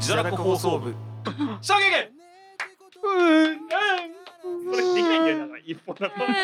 自堕落放送部衝撃これできないんだよな、一本だとはい、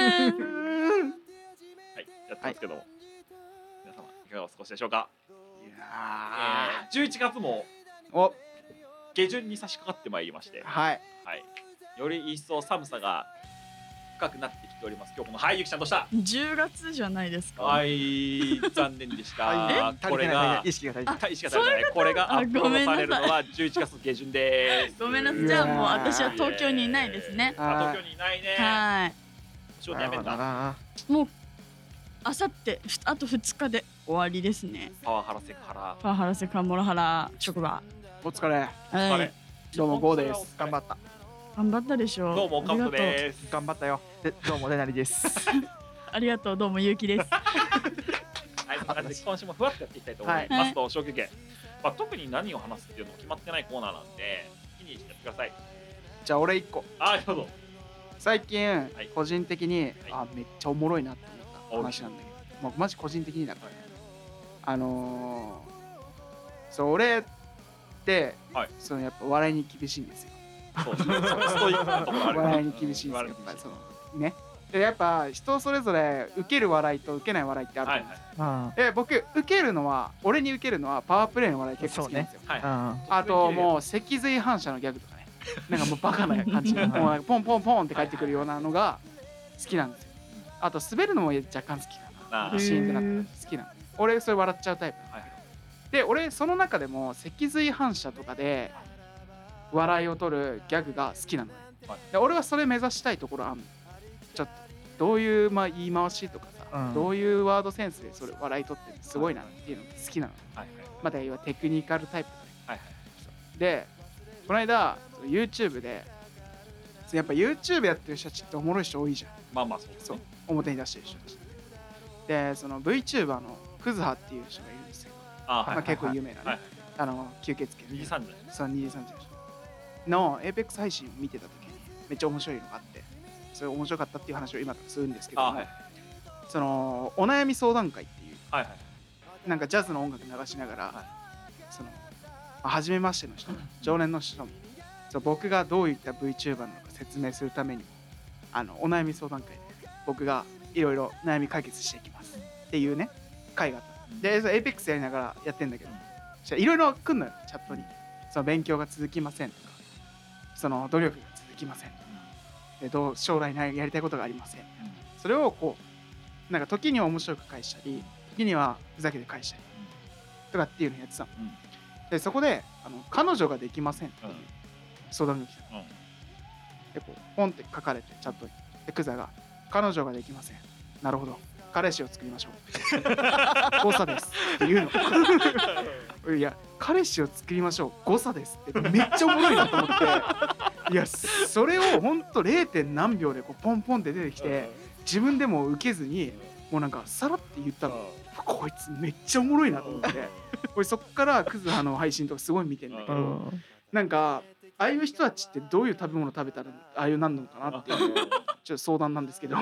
やってますけども、皆様いかがお過ごしでしょうか。11月も下旬に差し掛かってまいりまして、 はい、 より一層寒さが深くなってきております。今日このゆきちゃんとした 10月じゃないですか。 残念でしたこれが意識が足りないこれがアップロードされるのは11月下旬です。 ごめんなさい。じゃあもう私は東京にいないですね。 東京にいないね。 はい。 仕事やめんだ。 もうあさってあと2日で終わりですね。 パワハラセクハラパワハラセクハラモラハラ職場。 お疲れ。 はいどうもゴーです。頑張った。 頑張ったでしょう。 どうもカブトです。 頑張ったよ。どうもデナリです。 ありがとう。どうもゆうきです。 はい、そんな感じで今週もふわっとやっていきたいと思いますと、衝撃系、特に何を話すっていうのも決まってないコーナーなんで気にしてやってください。 じゃあ俺1個。 どうぞ。 最近個人的にめっちゃおもろいなって思った話なんだけど、マジ個人的にだからね。そう俺ってそのやっぱ笑いに厳しいんですよ。 そうストイックなところある。 笑いに厳しいんですよ。やっぱそのね。でやっぱ人それぞれ受ける笑いと受けない笑いってあると思うんですよ。僕受けるのは俺に受けるのはパワープレイの笑い結構好きなんですよ。あともう脊髄反射のギャグとかね、なんかもうバカな感じでもうポンポンポンって返ってくるようなのが好きなんですよ。あと滑るのも若干好きかな。シーンってなったら好きなの。俺それ笑っちゃうタイプなんだけど。で俺その中でも脊髄反射とかで笑いを取るギャグが好きなのね。で俺はそれ目指したいところあんの。ちょっとどういう言い回しとかさ、どういうワードセンスでそれ笑い取ってるすごいなっていうのが好きなの。また要はテクニカルタイプだね。でこの間 YouTube でやっぱ YouTube やってる人たちっておもろい人多いじゃん。そう表に出してる人たちで、その VTuber のクズハっていう人がいるんですよ。結構有名なね、吸血鬼 2時3時そう2時3時の APEX 配信を見てた時にめっちゃ面白いのがあって、それ面白かったっていう話を今からするんですけども、そのお悩み相談会っていう、なんかジャズの音楽流しながら、その初めましての人も常連の人も僕がどういった VTuber なのか説明するためにもお悩み相談会で僕がいろいろ悩み解決していきますっていうね会があった。でAPEX やりながらやってんだけど、いろいろ来んのよチャットに。その勉強が続きませんとか、その努力が続きませんとか、で将来やりたいことがありません、それをこうなんか時には面白く返したり時にはふざけて返したりとかっていうのをやってたの。でそこで彼女ができませんっていう相談が来た。でこうポンって書かれてチャットに、でクザが彼女ができません、なるほど彼氏を作りましょう誤差ですって言うの。いや彼氏を作りましょう誤差ですってめっちゃおもろいなと思って、いやそれをほんと 0. 何秒でこうポンポンって出てきて自分でも受けずにもうなんかさらって言ったの。こいつめっちゃおもろいなと思って俺そっからクズ派の配信とかすごい見てんだけど、なんかああいう人たちってどういう食べ物食べたらああいうなんのかなっていうちょっと相談なんですけど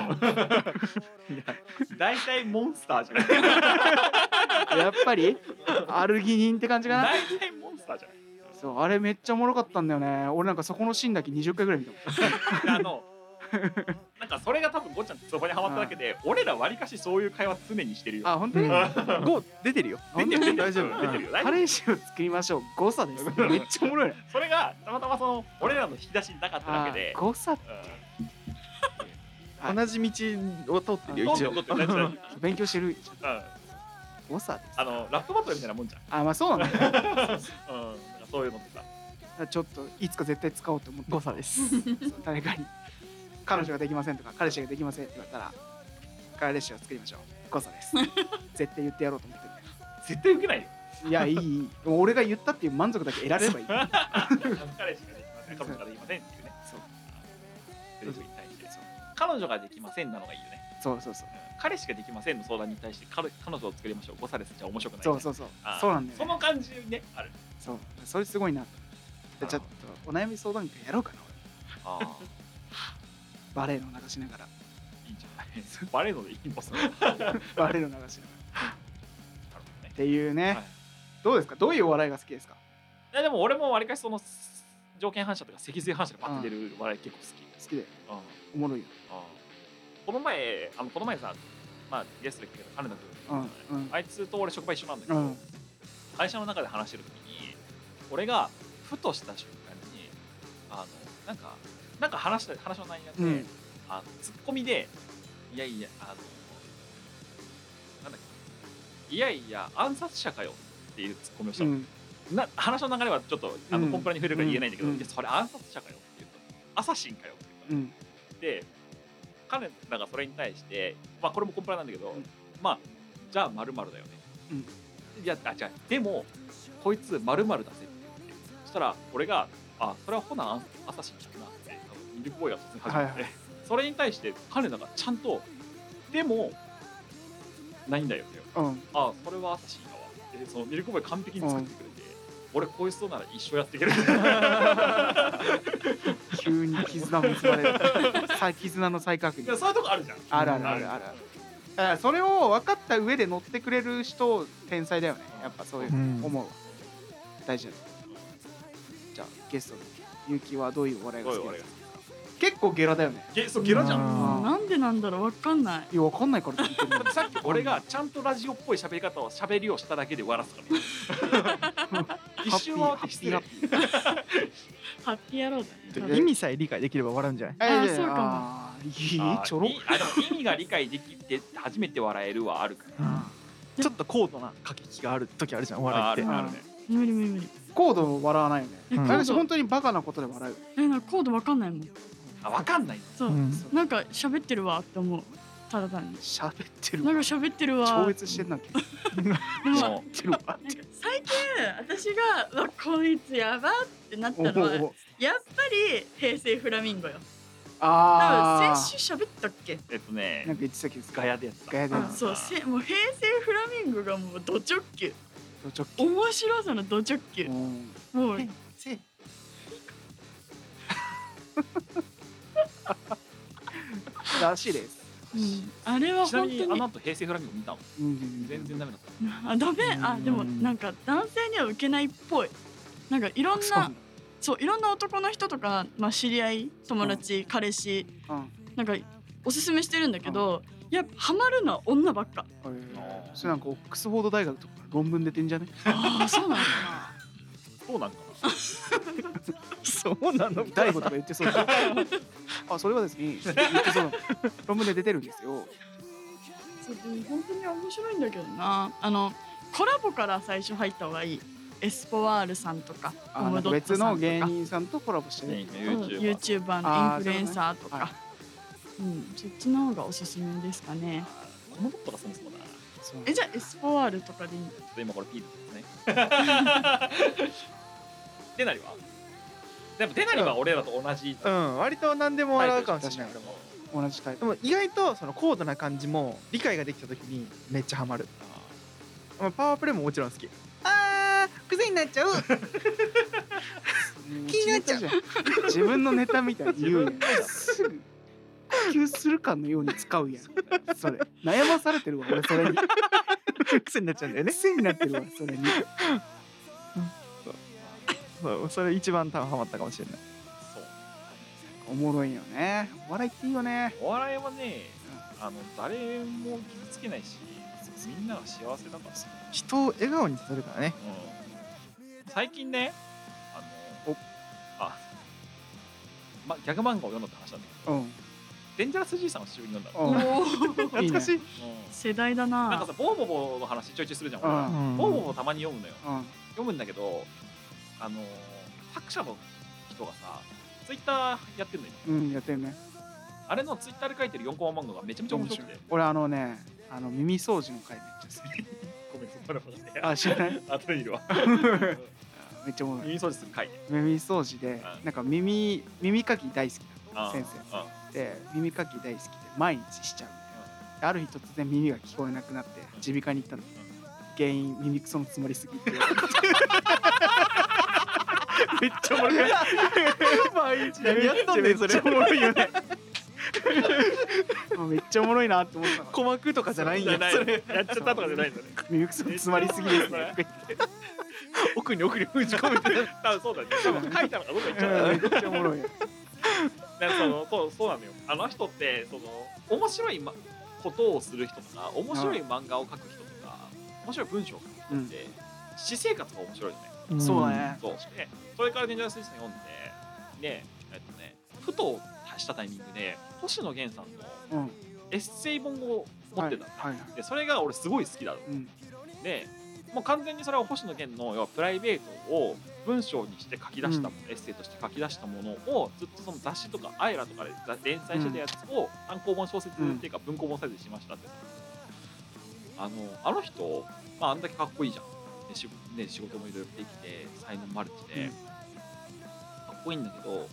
大体モンスターじゃないやっぱりアルギニンって感じかな。 大体モンスターじゃない。 そうあれめっちゃおもろかったんだよね。俺なんかそこのシーンだけ20回ぐらい見たもんなんかそれが多分ゴッちゃんそこにハマっただけで、俺らわりかしそういう会話常にしてるよ。 本当にゴ出てるよ。 出てる大丈夫。 出てるよ。 彼氏を作りましょう誤差ですめっちゃおもろい。 それがたまたまその俺らの引き出しになかっただけで誤差同じ道を通ってるよ一応。 勉強してる。誤差です。 ラップバトルみたいなもんじゃん。 まあそうなんだよ。 そういうのってさ、 ちょっといつか絶対使おうと思って。 誤差です。 誰かに彼女ができませんとか彼氏ができませんって言われたら彼氏を作りましょう誤差です絶対言ってやろうと思ってる。 絶対受けないよ。 いやいいでも俺が言ったっていう満足だけ得られればいい。 彼氏ができません彼女ができませんっていうね。そうセリフに対して彼女ができませんなのがいいよね。 そう彼氏ができませんの相談に対して彼女を作りましょう誤差ですじゃ面白くない。 そうなんだよ。 その感じねある。 それすごいな。ちょっとお悩み相談会やろうかな俺。バレエの流しながら。 いいんじゃない。バレエのでいいんですね。 バレエの流しながらっていうね。どうですか。どういうお笑いが好きですか。 でも俺もわりかしその条件反射とか脊髄反射がパッと出る笑い結構好きでおもろいよ。 この前さ、まあゲストで来てる金田君、あいつと俺職場一緒なんだけど、会社の中で話してる時に俺がふとした瞬間になんか話の内容で、ツッコミでいやなんだっけ、いやいや暗殺者かよっていうツッコミをしたの。話の流れはちょっとコンプラに触れるから言えないんだけど、いやそれ暗殺者かよって言うとアサシンかよって言ったの。で彼らがそれに対して、まあこれもコンプラなんだけど、まあじゃあ〇〇だよね、いやじゃあでもこいつ〇〇だぜって言って、そしたら俺がそれはほなアサシンだなってミルクボーイが突然始めて、それに対して彼らがちゃんとでもないんだよね、それはアサシンだわってそのミルクボーイ完璧に作ってくれて、俺こいつとなら一生やっていける急に絆結ばれる絆の再確認。 いやそういうとこあるじゃん。 ある。だからそれを分かった上で乗ってくれる人天才だよね。やっぱそういう思うわ。大事だ。じゃあゲストのゆうきはどういう笑いが好きですか？結構ゲラだよね。 そうゲラじゃん。 なんでなんだろう、わかんない。 いやわかんないから聞いてる。 さっき俺がちゃんとラジオっぽい喋りをしただけで終わらすから一瞬はハッピーハッピー野郎だね。 意味さえ理解できれば笑うんじゃない？ そうかも。ちょろ。 意味が理解できて初めて笑えるはあるから。 ちょっと高度な駆け引きがある時あるじゃん、お笑いって。 無理。 コード笑わないよね。私本当にバカなことで笑う。 なんかコードわかんないもん。 わかんない。 そう、なんか喋ってるわって思う。ただ単に喋ってる。 なんか喋ってるわ。 超越してんなきゃ。 最近私がこいつやばってなったのはやっぱり平成フラミンゴよ。多分先週喋ったっけ？ なんか言ってたけどガヤでやった。 そうもう平成フラミンゴがもうド直球。面白さのド直球。もうらしいです。 あれは本当に。 ちなみにあの後平成フラミンゴ見たの？全然ダメだった。 ダメ？でもなんか男性には受けないっぽい。なんかいろんな男の人とか、まあ知り合い、友達、彼氏、なんかおすすめしてるんだけど、やっぱハマるのは女ばっか。 それなんかオックスフォード大学とか論文出てんじゃね？ そうなのかな。 そうなんかな。 そうなの？ 大悟とか言ってそうだ。それはですね、言ってそう。論文で出てるんですよ。 本当に面白いんだけどな。コラボから最初入った方がいい。エスポワールさんとか別の芸人さんとコラボしてね。 YouTuber のインフルエンサーとか、そっちの方がおすすめですかね。 コモドットがそもそもだ。 じゃあエスポワールとかでいいんだ。 今これピーですね。デナリは？でもデナリは俺らと同じ。 割と何でも笑うかもしれない。 同じタイプ。 でも意外とその高度な感じも理解ができた時にめっちゃハマる。パワープレイももちろん好き。癖になっちゃう。気になっちゃう。 自分のネタみたいに言うやん。すぐ呼吸するかのように使うやん。それ悩まされてるわ俺それに。 癖になっちゃうんだよね。 癖になってるわそれに。 それ一番多分ハマったかもしれない。 おもろいよね。お笑いっていいよね。 お笑いはね、誰も傷つけないし、みんなが幸せだからさ。 人を笑顔にさせるからね。 最近ね、ギャグ漫画を読んだって話なんだけど、デンジャラス爺さんを久しぶりに読んだ。 懐かしい。 世代だな。 なんかさ、ボーボボの話ちょいちょいするじゃん。ボーボボたまに読むのよ。読むんだけど、作者の人がさ、ツイッターやってるのよ。 やってるね。 あれのツイッターで書いてる4コマ漫画がめちゃめちゃ面白くて。 俺耳掃除の回めっちゃ好き。 ごめん、そこまで。 知らない。 後で見るわ。 めっちゃおもろい。 耳掃除する回。 耳掃除でなんか耳かき大好きな先生で耳かき大好きで毎日しちゃう。ある日突然耳が聞こえなくなって耳鼻科に行ったの。原因耳くその詰まりすぎて。めっちゃおもろい。 毎日何やったんだよそれ。 めっちゃおもろいよね。 めっちゃおもろいなって思ったの。 鼓膜とかじゃないんや。 それやっちゃったとかじゃないんだね。 ミルクスープ詰まりすぎですね。 奥に封じ込めてる。 多分そうだね。多分書いたのがどっか行っちゃう。 めっちゃおもろい。 そうなのよ。あの人って面白いことをする人とか、面白い漫画を描く人とか、面白い文章を書く人って私生活が面白いよね。 そうだね。 そう。それからデンジャラス・スイス読んで、ふとしたタイミングで星野源さんのエッセイ本を持ってたの。でそれが俺すごい好きだろ。でもう完全にそれは星野源の要はプライベートを文章にして書き出したもの、エッセイとして書き出したものをずっとその雑誌とかアイラとかで連載してたやつを単行本小説っていうか文庫本サイズにしましたって。あの人、あんだけかっこいいじゃん。仕事もいろいろできて才能マルチで、かっこいいんだけど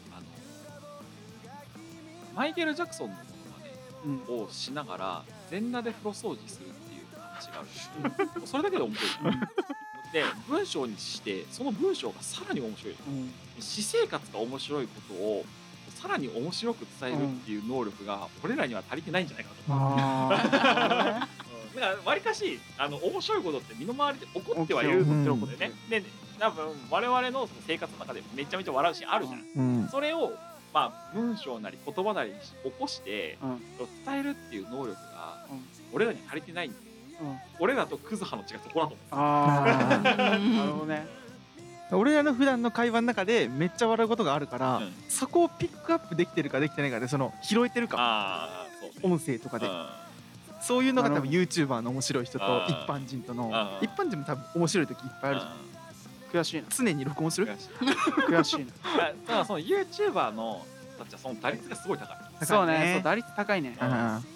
マイケル・ジャクソンのものまねをしながら全裸で風呂掃除するっていう話があるんですよ。それだけで面白いで文章にしてその文章がさらに面白い、私生活が面白いことをさらに面白く伝えるっていう能力が俺らには足りてないんじゃないかなと。だからわりかし面白いことって身の回りで起こってはいることでね、で多分我々の生活の中でめちゃめちゃ笑うシーンあるじゃん、それを文章なり言葉なりに起こして伝えるっていう能力が俺らに足りてないんで、俺らとクズ派の違いそこだと思う。 なるほどね。 俺らの普段の会話の中でめっちゃ笑うことがあるから、そこをピックアップできてるかできてないかで拾えてるか、音声とかで。そういうのが多分 YouTuber の面白い人と一般人との、一般人も多分面白い時いっぱいあるじゃん。 悔しいな。 常に録音する。 悔しいな。 だからその YouTuber の人たちはその打率がすごい高い。 そうね。そう打率高いね。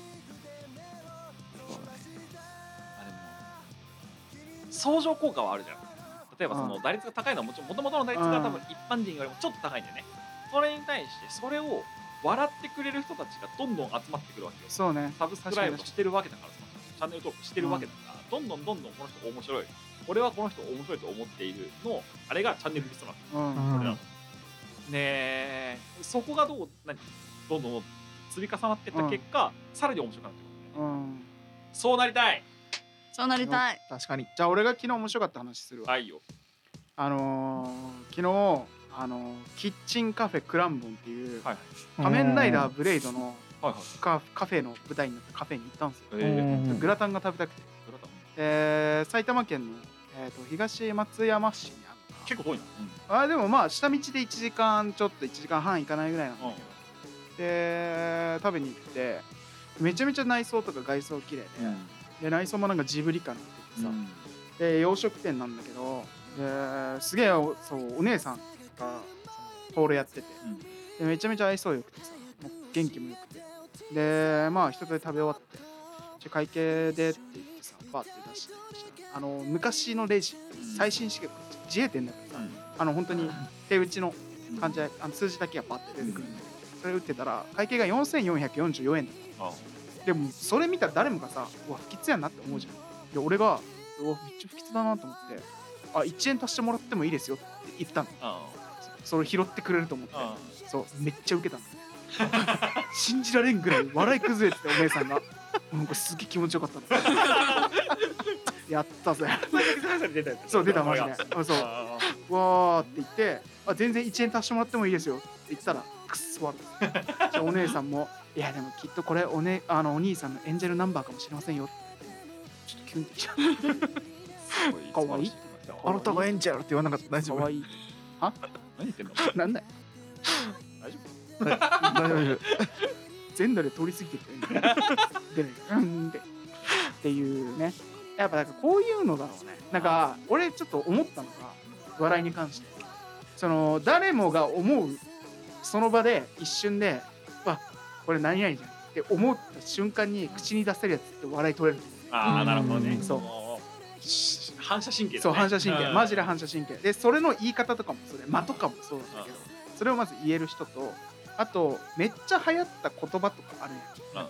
相乗効果はあるじゃん。例えばその打率が高いのはもともとの打率が多分一般人よりもちょっと高いんだよね。それに対してそれを笑ってくれる人たちがどんどん集まってくるわけよ。 そうね。 サブスクライブしてるわけだから、チャンネル登録してるわけだから、どんどんこの人面白い、俺はこの人面白いと思っているのあれがチャンネルリストなの。ねえ、そこがどんどん積み重なっていった結果、さらに面白くなってくる。そうなりたい。 そうなりたい。 確かに。じゃあ俺が昨日面白かった話するわ。 はいよ。 昨日キッチンカフェクランボンっていう仮面ライダーブレイドのカフェの舞台になったカフェに行ったんですよ。グラタンが食べたくて、埼玉県の東松山市にある。 結構遠いな。でも下道で1時間ちょっと1時間半行かないぐらいなんだけど、で食べに行ってめちゃめちゃ内装とか外装綺麗で、内装もなんかジブリ感があってさ、で洋食店なんだけど、すげえお姉さんがホールやってて、でめちゃめちゃ愛想よくてさ、もう元気もよくて、で一通り食べ終わって会計でって言ってさ、バーって出して昔のレジ、最新式自営店だからさ、本当に手打ちの感じで数字だけがバッて出てくるんだけど、それ打ってたら会計が4444円だった。でもそれ見たら誰もがさ、うわ不吉やなって思うじゃん。で俺がうわめっちゃ不吉だなと思って、1円足してもらってもいいですよって言ったの。それ拾ってくれると思って、そうめっちゃウケたの。信じられんぐらい笑い崩れてて、お姉さんがなんかすげえ気持ちよかったの。やったぜ。そう出たマジで。そうわーって言って、全然1円足してもらってもいいですよって言ったらくっそ笑って、お姉さんもいやでもきっとこれお兄さんのエンジェルナンバーかもしれませんよってちょっとキュンってきちゃう。かわいい。 あなたがエンジェルって言わなかった。大丈夫？ かわいい。は？ 何言ってんの？ なんだよ。 大丈夫？大丈夫。 全裸で通り過ぎてってでっていうね。やっぱなんかこういうのだろうね。なんか俺ちょっと思ったのが、笑いに関して、誰もが思うその場で一瞬でこれ何々じゃんって思った瞬間に口に出せるやつって笑い取れる。 なるほどね。 そう反射神経だね。 そう反射神経、マジで反射神経で、それの言い方とかも間とかもそうなんだけど、それをまず言える人と、あとめっちゃ流行った言葉とかあるやん。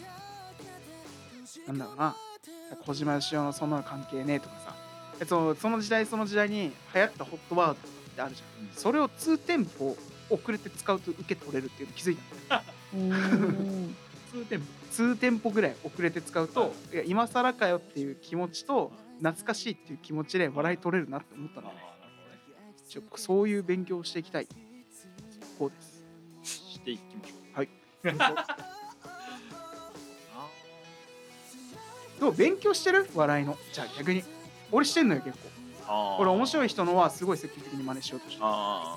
なんだろうな、小島よしおのそんなの関係ねえとかさ、その時代に流行ったホットワードとかってあるじゃん。それを2テンポ遅れて使うと受け取れるっていうの気づいたんだよ。 数店舗ぐらい遅れて使うと、いや今更かよっていう気持ちと懐かしいっていう気持ちで笑い取れるなって思ったので、そういう勉強をしていきたい方です。 していきましょう。 はい。どう勉強してる笑いの？じゃあ逆に俺してんのよ結構。俺面白い人のはすごい積極的に真似しようとしてる。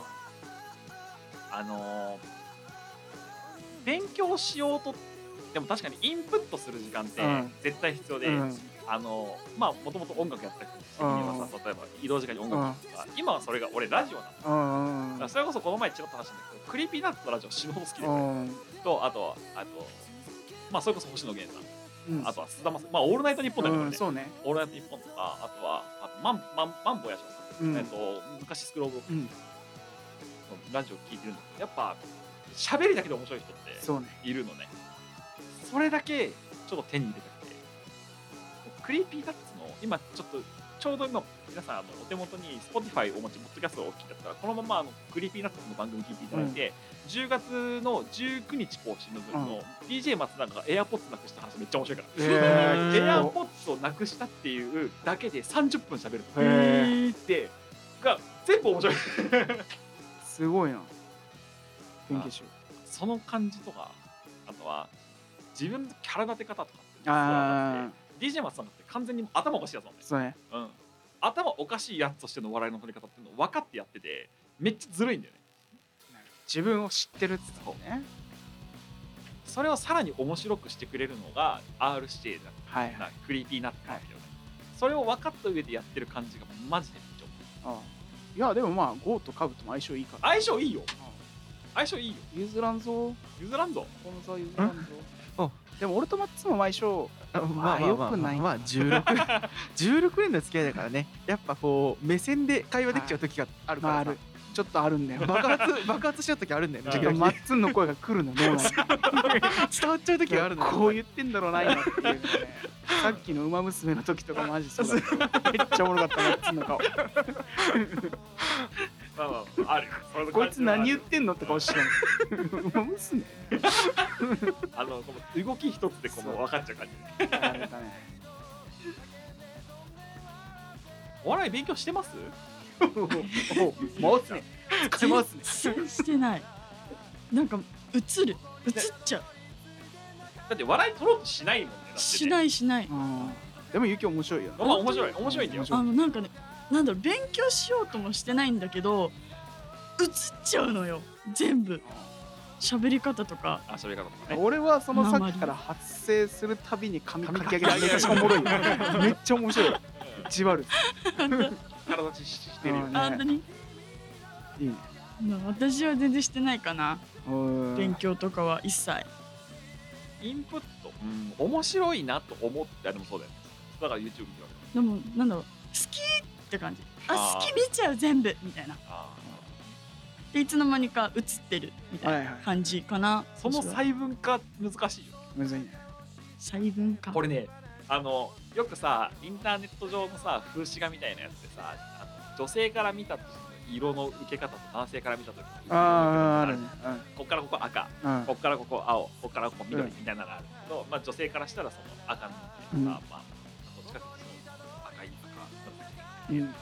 勉強しようとでも確かにインプットする時間って絶対必要で、まあもともと音楽やったりしてはさ、例えば移動時間に音楽とか、今はそれが俺ラジオなの。それこそこの前ちらっと話したんだけど、クリーピーナッツのラジオ死ぬほど好きで、とあとまあそれこそ星野源さん、あとは菅田将暉、まあオールナイトニッポンだよね。 そうね。 オールナイトニッポンとか、あとはマンボヤション、昔スクローブロックのラジオ聞いてるんだけど、やっぱ喋りだけで面白い人っているのね。それだけちょっと手に入れたくて、クリーピーナッツの今ちょうど今皆さんお手元に Spotify をお持ちポッドキャストをお聞きだったら、このままクリーピーナッツの番組聞いていただいて、10月の19日更新の分の DJ 松永が AirPods なくした話めっちゃ面白いから、AirPods をなくしたっていうだけで30分喋るってが全部面白いすごいな。勉強しよう。 その感じとか、あとは自分のキャラ立て方とかって、DJ 松さんって完全に頭おかしいやつなんです。 そうね。 頭おかしいやつとしての笑いの取り方っていうのを分かってやってて、めっちゃずるいんだよね。 自分を知ってるってことね。 それをさらに面白くしてくれるのが R 指定だ、クリーピーナッツなんだけどね。それを分かった上でやってる感じがマジでめっちゃ面白い。 いやでもまあゴーとカブとも相性いいから。 相性いいよ。相性いいよ。 譲らんぞ。 譲らんぞ。 この座譲らんぞ。でも俺とマッツも相性まあ良くない。 まあ16年の付き合いだからね。やっぱこう目線で会話できちゃう時があるからさ。 ちょっとあるんだよ。 爆発しちゃう時あるんだよね。 マッツンの声が来るの脳内に伝わっちゃう時があるの。 こう言ってんだろうな今っていうね。さっきの馬娘の時とかマジそうだった。めっちゃおもろかったマッツンの顔。 あるよ。 こいつ何言ってんのって顔してる。馬娘。 動き一つでこの分かっちゃう感じ。お笑い勉強してます？ 回すね。使いますね。 全然してない。なんか映っちゃう。 だって笑い取ろうとしないもんね。 しない。 でもゆき面白いよ。 面白いんだよ。 なんかね、なんだろう、勉強しようともしてないんだけど映っちゃうのよ全部。喋り方とか。 喋り方とかね。 俺はそのさっきから発生するたびに髪かき上げてめっちゃおもろい。めっちゃ面白い。じわる。 体立ちしてるよね。 本当にいいね。 私は全然してないかな。勉強とかは一切。 インプット、面白いなと思ってあれもそうだよね。だから YouTube 見てるわけ。でもなんだろう、好きって感じ。好き見ちゃう全部みたいな。でいつの間にか映ってるみたいな感じかな。 その細分化難しいよ。 むずいね。 細分化。 これね、よくさインターネット上のさ風刺画みたいなやつでさ、女性から見た時の色の受け方と男性から見た時の色の受け方ある。こっからここ赤、こっからここ青、こっからここ緑みたいなのがあるけど、まあ女性からしたらその赤のさ、まあどっちかっていうと赤い赤、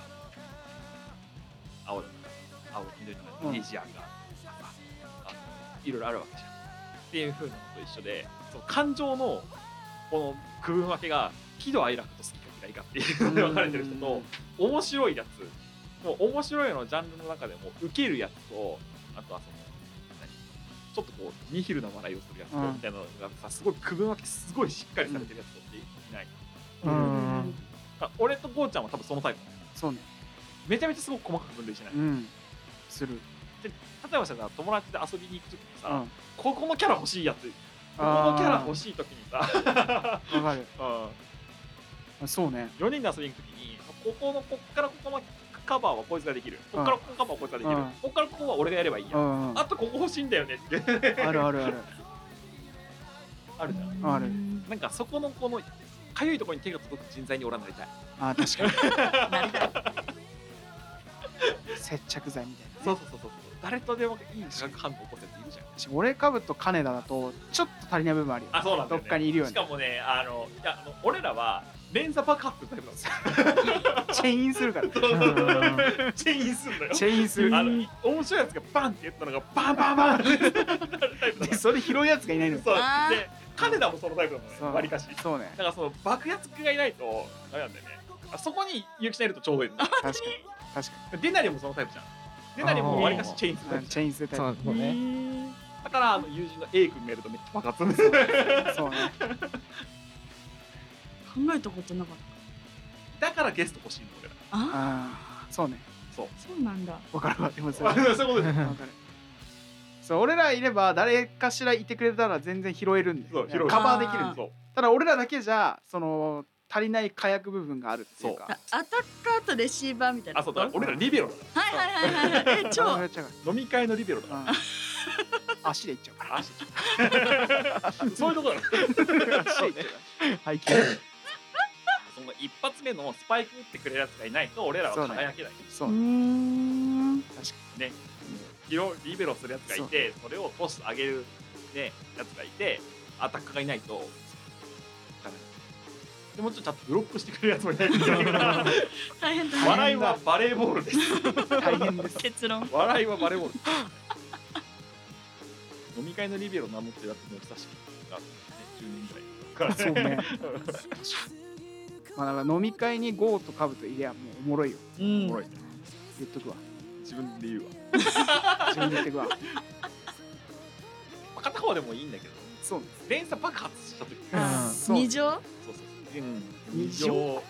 青だった青緑のネジアンがいろいろあるわけじゃんっていう風なのと一緒で、その感情のこの区分分けが喜怒哀楽と好きか嫌いかっていうので分かれてる人と、面白いやつ、もう面白いのジャンルの中でも受けるやつと、あとはそのちょっとこうニヒルな笑いをするやつとみたいなのがさ、すごい区分分けすごいしっかりされてるやつっていない。俺とゴーちゃんは多分そのタイプ。 そうね。 めちゃめちゃすごく細かく分類しない。 する。 で例えばさ、友達で遊びに行くときにさ、ここのキャラ欲しいやつ、ここのキャラ欲しいときにさ、 わかる。そうね。 4人で遊びに行くときに、こっからここのカバーはこいつができる。こっからここのカバーはこいつができる。こっからここは俺がやればいいや。あとここ欲しいんだよねって。 ある。 あるじゃん。 ある。 なんかそこのこのかゆいところに手が届く人材に俺はなりたい。 確かに。なりたい。接着剤みたいな。 そう。 誰とでもいい化学反応起こせっているじゃん。 俺カブと金田だとちょっと足りない部分あるよ。 あ、そうなんだよね。 どっかにいるよね。 しかもね、いや俺らは連鎖爆発ってタイプなんですよ。 チェインするから。 チェインするのよ。 チェインする。 面白いやつがバンって言ったのがバンバンバンってなるタイプだから。 それ拾うやつがいないのよ。 そうで、金田もそのタイプなのね。割りかし。 そうね。 だからその爆発がいないとあれなんだよね。そこに結城さんいるとちょうどいいの。確かにデナリもそのタイプじゃん。デナリも割りかしチェインするタイプ。 チェインするタイプ。 そうね。 だから友人の A 君見るとめっちゃ爆発するんですよ。 そうね。 考えたことなかっだからゲスト欲しいの俺ら。 ああ、そうね。 そうなんだ。 わかるわ。でもそういうことです。わかる。 そう、俺らいれば誰かしらいてくれたら全然拾えるんで、カバーできるんです。ただ俺らだけじゃその足りない火薬部分があるっていうか。 アタッカーとレシーバーみたいな。 あ、そうだ。俺らリベロだ。 はいはいはいはい。超飲み会のリベロだ。 足でいっちゃうから。 足。そういうところだ。足でいっちゃう。 はい。 その一発目のスパイク打ってくれるやつがいないと俺らは輝けない。 そう。 確かにね。リベロするやつがいて、それをトス上げるねやつがいて、アタックがいないと。でもちょっとちゃんとブロックしてくれるやつもいないといけないから。 大変だ。 笑いはバレーボールです。 大変です。 結論。 笑いはバレーボール。飲み会のリベロ名乗ってだってもう久しくが10年ぐらいからそうね。まあだから飲み会にゴーとカブといりゃもうおもろいよ。 おもろいね。 言っとくわ。 自分で言うわ。 自分で言ってくわ。 片方でもいいんだけど。 そう。 連鎖爆発した時。 二乗？ そうそう。二乗。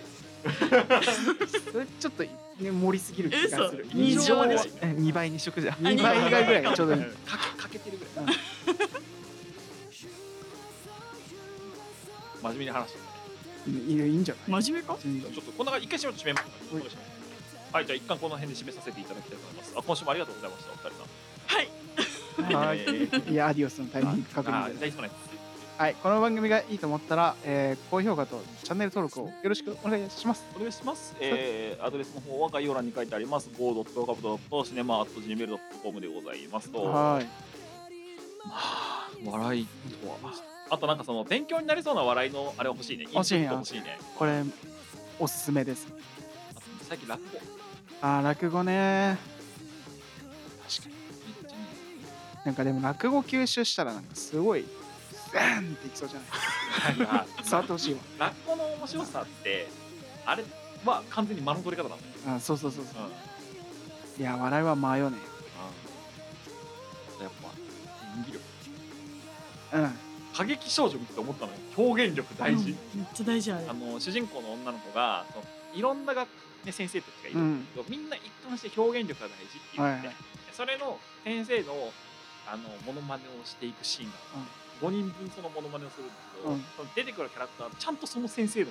それちょっとね盛りすぎる気がする。 二乗で 2倍にしとくじゃん。 2倍以外ぐらいがちょうどいい。 かけてるぐらい。真面目に話していいんじゃない？ 真面目か？ ちょっとこんな一回締めます。はい、じゃあ一貫この辺で締めさせていただきたいと思います。今週もありがとうございました、お二人さん。 はい。 いや、アディオスのタイミング確認で。はい、この番組がいいと思ったら、高評価とチャンネル登録をよろしくお願いします。 お願いします。アドレスの方は概要欄に書いてあります。go.cap.cinema.gmail.com でございますと。はい。まあ、笑いとは。あとなんかその勉強になりそうな笑いのあれ欲しいね。 欲しいね。これおすすめです。 最近落語。 落語ね。確かに。なんかでも落語吸収したらなんかすごいバーンっていきそうじゃない。触ってほしいわ。 落語の面白さってあれは完全に間の取り方なんだよ。 そう。いや笑いは間よね。 やっぱ演技力。過激少女見て思ったのよ。表現力大事。 めっちゃ大事あれ。 主人公の女の子がいろんな先生たちがいるんだけど、みんな一貫して表現力が大事って言って、それの先生のモノマネをしていくシーンが5人分そのモノマネをするんだけど、その出てくるキャラクターはちゃんとその先生の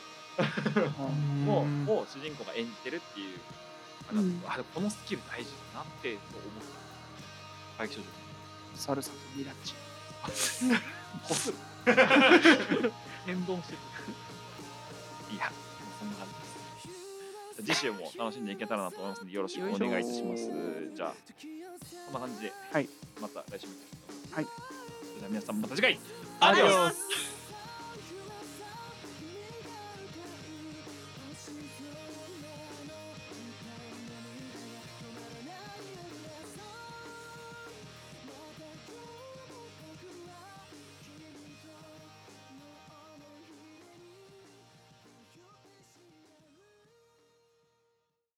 を主人公が演じてるっていう、このスキル大事だなって思った。過激少女。 サルサとミラッチ。 こする。変動してる。いや、そんな感じです。次週も楽しんでいけたらなと思いますのでよろしくお願いいたします。じゃあこんな感じで、また来週も。はい。それでは皆さんまた次回。アディオス。